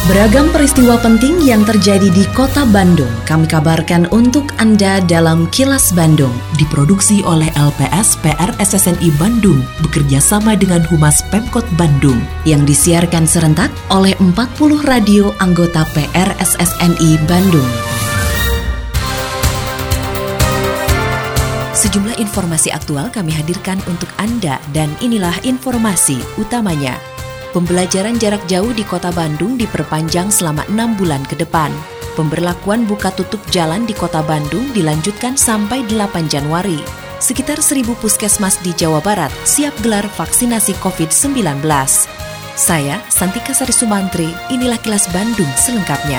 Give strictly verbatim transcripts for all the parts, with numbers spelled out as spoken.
Beragam peristiwa penting yang terjadi di Kota Bandung kami kabarkan untuk Anda dalam Kilas Bandung. Diproduksi oleh L P S P R S S N I Bandung bekerja sama dengan Humas Pemkot Bandung yang disiarkan serentak oleh empat puluh radio anggota P R S S N I Bandung. Sejumlah informasi aktual kami hadirkan untuk Anda dan inilah informasi utamanya. Pembelajaran jarak jauh di Kota Bandung diperpanjang selama enam bulan ke depan. Pemberlakuan buka tutup jalan di Kota Bandung dilanjutkan sampai delapan Januari. Sekitar seribu puskesmas di Jawa Barat siap gelar vaksinasi covid sembilan belas. Saya, Santika Sari Sumantri, inilah Kilas Bandung selengkapnya.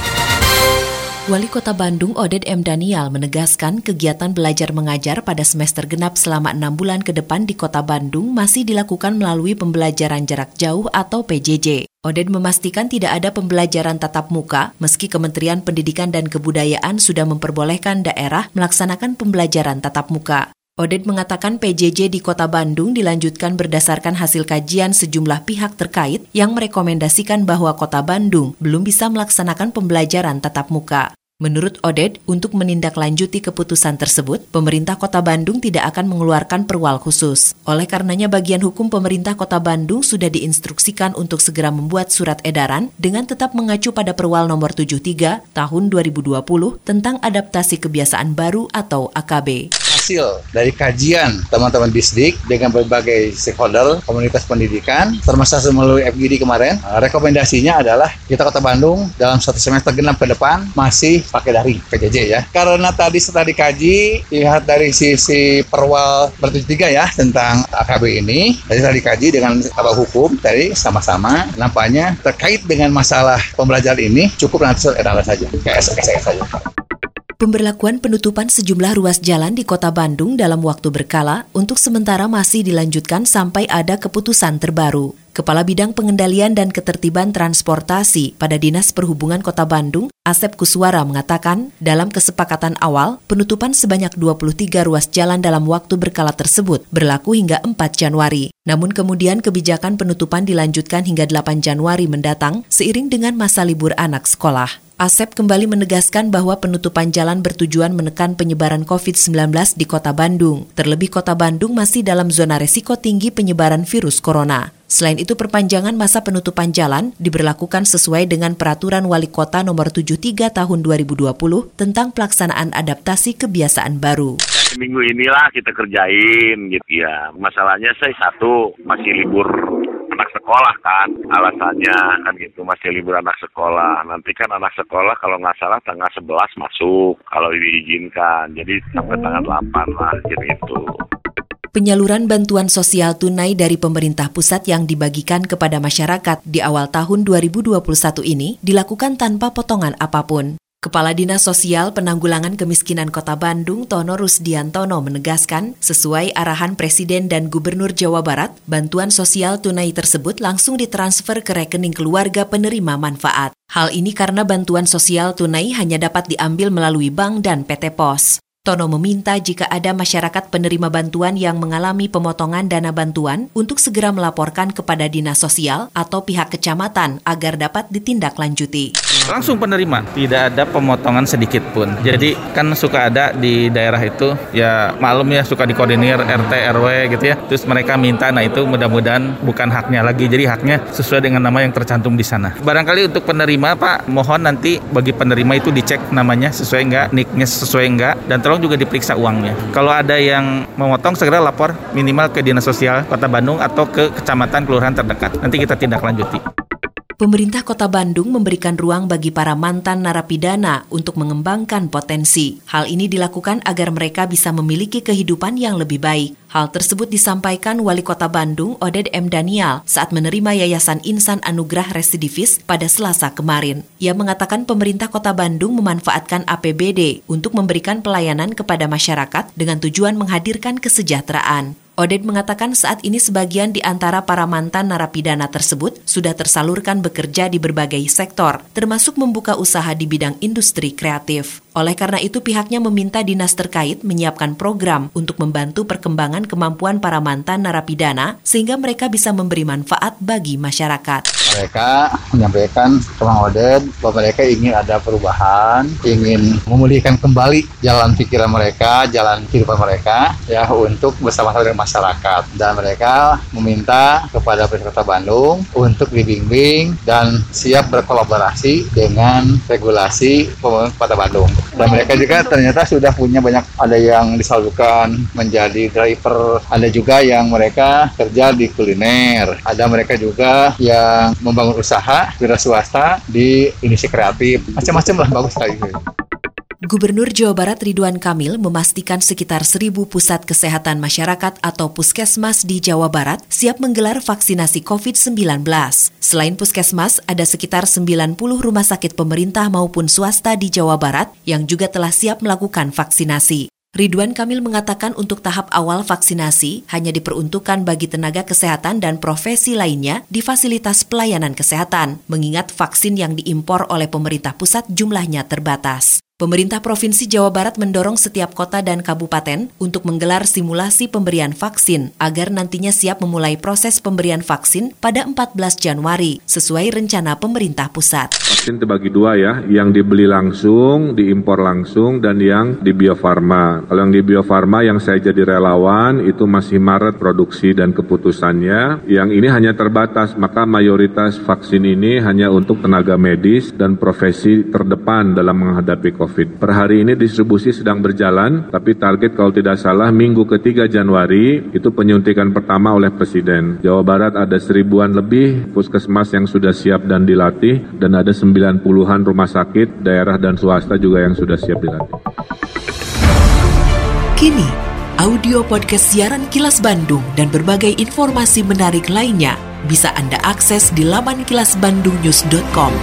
Wali Kota Bandung Oded M. Daniel menegaskan kegiatan belajar mengajar pada semester genap selama enam bulan ke depan di Kota Bandung masih dilakukan melalui pembelajaran jarak jauh atau P J J. Oded memastikan tidak ada pembelajaran tatap muka meski Kementerian Pendidikan dan Kebudayaan sudah memperbolehkan daerah melaksanakan pembelajaran tatap muka. Oded mengatakan P J J di Kota Bandung dilanjutkan berdasarkan hasil kajian sejumlah pihak terkait yang merekomendasikan bahwa Kota Bandung belum bisa melaksanakan pembelajaran tatap muka. Menurut Oded, untuk menindaklanjuti keputusan tersebut, pemerintah Kota Bandung tidak akan mengeluarkan perwal khusus. Oleh karenanya, bagian hukum pemerintah Kota Bandung sudah diinstruksikan untuk segera membuat surat edaran dengan tetap mengacu pada perwal nomor tujuh puluh tiga tahun dua ribu dua puluh tentang adaptasi kebiasaan baru atau A K B. Hasil dari kajian teman-teman Disdik dengan berbagai stakeholder komunitas pendidikan termasuk melalui F G D kemarin, rekomendasinya adalah kita Kota Bandung dalam satu semester genap ke depan masih pakai daring P J J ya. Karena tadi setelah dikaji, lihat dari sisi perwal tujuh puluh tiga ya tentang A K B ini, tadi setelah dikaji dengan kabak hukum tadi sama-sama nampaknya terkait dengan masalah pembelajaran ini cukup nanti edaran saja, kayak S S S saja. Pemberlakuan penutupan sejumlah ruas jalan di Kota Bandung dalam waktu berkala untuk sementara masih dilanjutkan sampai ada keputusan terbaru. Kepala Bidang Pengendalian dan Ketertiban Transportasi pada Dinas Perhubungan Kota Bandung, Asep Kuswara mengatakan, dalam kesepakatan awal, penutupan sebanyak dua puluh tiga ruas jalan dalam waktu berkala tersebut berlaku hingga empat Januari. Namun kemudian kebijakan penutupan dilanjutkan hingga delapan Januari mendatang seiring dengan masa libur anak sekolah. Asep kembali menegaskan bahwa penutupan jalan bertujuan menekan penyebaran covid sembilan belas di Kota Bandung. Terlebih Kota Bandung masih dalam zona resiko tinggi penyebaran virus corona. Selain itu, perpanjangan masa penutupan jalan diberlakukan sesuai dengan Peraturan Wali Kota Nomor tujuh puluh tiga Tahun dua ribu dua puluh tentang pelaksanaan adaptasi kebiasaan baru. Minggu inilah kita kerjain gitu ya. Masalahnya saya satu masih libur anak sekolah kan, alasannya kan gitu, masih libur anak sekolah. Nanti kan anak sekolah kalau nggak salah tanggal sebelas masuk kalau diizinkan. Jadi sampai tanggal delapan lah gitu. Penyaluran bantuan sosial tunai dari pemerintah pusat yang dibagikan kepada masyarakat di awal tahun dua ribu dua puluh satu ini dilakukan tanpa potongan apapun. Kepala Dinas Sosial Penanggulangan Kemiskinan Kota Bandung, Tono Rusdiantono menegaskan, sesuai arahan Presiden dan Gubernur Jawa Barat, bantuan sosial tunai tersebut langsung ditransfer ke rekening keluarga penerima manfaat. Hal ini karena bantuan sosial tunai hanya dapat diambil melalui bank dan P T Pos. Tono meminta jika ada masyarakat penerima bantuan yang mengalami pemotongan dana bantuan untuk segera melaporkan kepada Dinas Sosial atau pihak kecamatan agar dapat ditindaklanjuti. Langsung penerima, tidak ada pemotongan sedikit pun. Jadi kan suka ada di daerah itu, ya maklum ya suka dikoordinir R T R W gitu ya. Terus mereka minta, nah itu mudah-mudahan bukan haknya lagi. Jadi haknya sesuai dengan nama yang tercantum di sana. Barangkali untuk penerima Pak, mohon nanti bagi penerima itu dicek namanya sesuai enggak, nicknya sesuai enggak, dan tolong juga diperiksa uangnya. Kalau ada yang memotong segera lapor minimal ke Dinas Sosial Kota Bandung atau ke kecamatan kelurahan terdekat. Nanti kita tindak lanjuti. Pemerintah Kota Bandung memberikan ruang bagi para mantan narapidana untuk mengembangkan potensi. Hal ini dilakukan agar mereka bisa memiliki kehidupan yang lebih baik. Hal tersebut disampaikan Wali Kota Bandung Oded M. Daniel saat menerima Yayasan Insan Anugerah Residivis pada Selasa kemarin. Ia mengatakan pemerintah Kota Bandung memanfaatkan A P B D untuk memberikan pelayanan kepada masyarakat dengan tujuan menghadirkan kesejahteraan. Oded mengatakan saat ini sebagian di antara para mantan narapidana tersebut sudah tersalurkan bekerja di berbagai sektor, termasuk membuka usaha di bidang industri kreatif. Oleh karena itu pihaknya meminta dinas terkait menyiapkan program untuk membantu perkembangan kemampuan para mantan narapidana sehingga mereka bisa memberi manfaat bagi masyarakat. Mereka menyampaikan ke Mang Oded bahwa mereka ingin ada perubahan, ingin memulihkan kembali jalan pikiran mereka, jalan kehidupan mereka ya untuk bersama-sama dengan masyarakat. Dan mereka meminta kepada Pemerintah Kota Bandung untuk dibimbing dan siap berkolaborasi dengan regulasi pemerintah Kota Bandung. Dan mereka juga ternyata sudah punya banyak, ada yang disalurkan menjadi driver, ada juga yang mereka kerja di kuliner, ada mereka juga yang membangun usaha wira swasta di industri kreatif, macam-macam lah, bagus sekali. Gubernur Jawa Barat Ridwan Kamil memastikan sekitar seribu pusat kesehatan masyarakat atau puskesmas di Jawa Barat siap menggelar vaksinasi covid sembilan belas. Selain puskesmas, ada sekitar sembilan puluh rumah sakit pemerintah maupun swasta di Jawa Barat yang juga telah siap melakukan vaksinasi. Ridwan Kamil mengatakan untuk tahap awal vaksinasi hanya diperuntukkan bagi tenaga kesehatan dan profesi lainnya di fasilitas pelayanan kesehatan, mengingat vaksin yang diimpor oleh pemerintah pusat jumlahnya terbatas. Pemerintah Provinsi Jawa Barat mendorong setiap kota dan kabupaten untuk menggelar simulasi pemberian vaksin agar nantinya siap memulai proses pemberian vaksin pada empat belas Januari sesuai rencana pemerintah pusat. Vaksin terbagi dua ya, yang dibeli langsung, diimpor langsung, dan yang di Bio Farma. Kalau yang di Bio Farma yang saya jadi relawan itu masih Maret produksi dan keputusannya. Yang ini hanya terbatas, maka mayoritas vaksin ini hanya untuk tenaga medis dan profesi terdepan dalam menghadapi COVID. Per hari ini distribusi sedang berjalan, tapi target kalau tidak salah minggu ketiga Januari itu penyuntikan pertama oleh Presiden. Jawa Barat ada seribuan lebih puskesmas yang sudah siap dan dilatih, dan ada sembilan puluhan rumah sakit, daerah dan swasta juga yang sudah siap dilatih. Kini, audio podcast siaran Kilas Bandung dan berbagai informasi menarik lainnya bisa Anda akses di laman kilas bandung news dot com.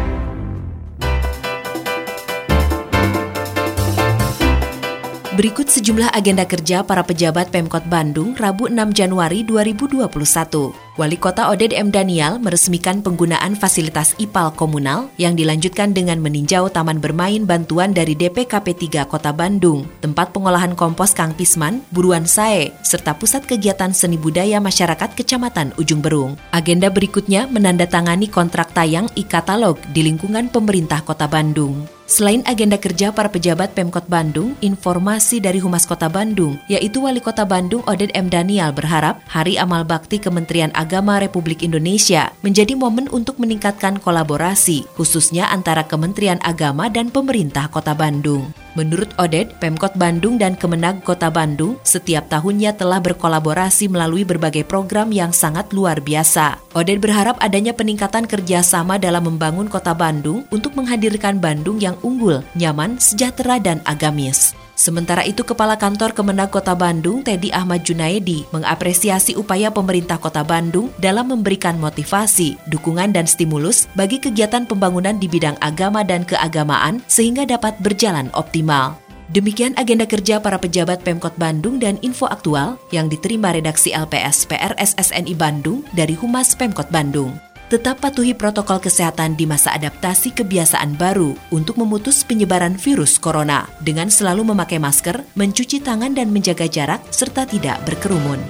Berikut sejumlah agenda kerja para pejabat Pemkot Bandung Rabu enam Januari dua ribu dua puluh satu. Wali Kota Oded M. Daniel meresmikan penggunaan fasilitas I P A L komunal yang dilanjutkan dengan meninjau taman bermain bantuan dari D P K P tiga Kota Bandung, tempat pengolahan kompos Kang Pisman, Buruan Sae, serta pusat kegiatan seni budaya masyarakat Kecamatan Ujung Berung. Agenda berikutnya menandatangani kontrak tayang e-katalog di lingkungan pemerintah Kota Bandung. Selain agenda kerja para pejabat Pemkot Bandung, informasi dari Humas Kota Bandung, yaitu Wali Kota Bandung Oded M. Daniel berharap Hari Amal Bakti Kementerian Agama Republik Indonesia menjadi momen untuk meningkatkan kolaborasi, khususnya antara Kementerian Agama dan pemerintah Kota Bandung. Menurut Oded, Pemkot Bandung dan Kemenag Kota Bandung setiap tahunnya telah berkolaborasi melalui berbagai program yang sangat luar biasa. Oded berharap adanya peningkatan kerjasama dalam membangun Kota Bandung untuk menghadirkan Bandung yang unggul, nyaman, sejahtera, dan agamis. Sementara itu, Kepala Kantor Kemenag Kota Bandung, Teddy Ahmad Junaedi, mengapresiasi upaya pemerintah Kota Bandung dalam memberikan motivasi, dukungan, dan stimulus bagi kegiatan pembangunan di bidang agama dan keagamaan sehingga dapat berjalan optimal. Demikian agenda kerja para pejabat Pemkot Bandung dan info aktual yang diterima redaksi L P S P R S S N I Bandung dari Humas Pemkot Bandung. Tetap patuhi protokol kesehatan di masa adaptasi kebiasaan baru untuk memutus penyebaran virus corona dengan selalu memakai masker, mencuci tangan dan menjaga jarak, serta tidak berkerumun.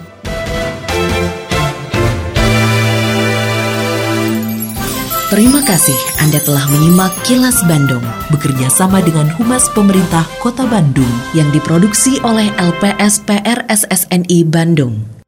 Terima kasih Anda telah menyimak Kilas Bandung bekerja sama dengan Humas Pemerintah Kota Bandung yang diproduksi oleh L P S P R S S N I Bandung.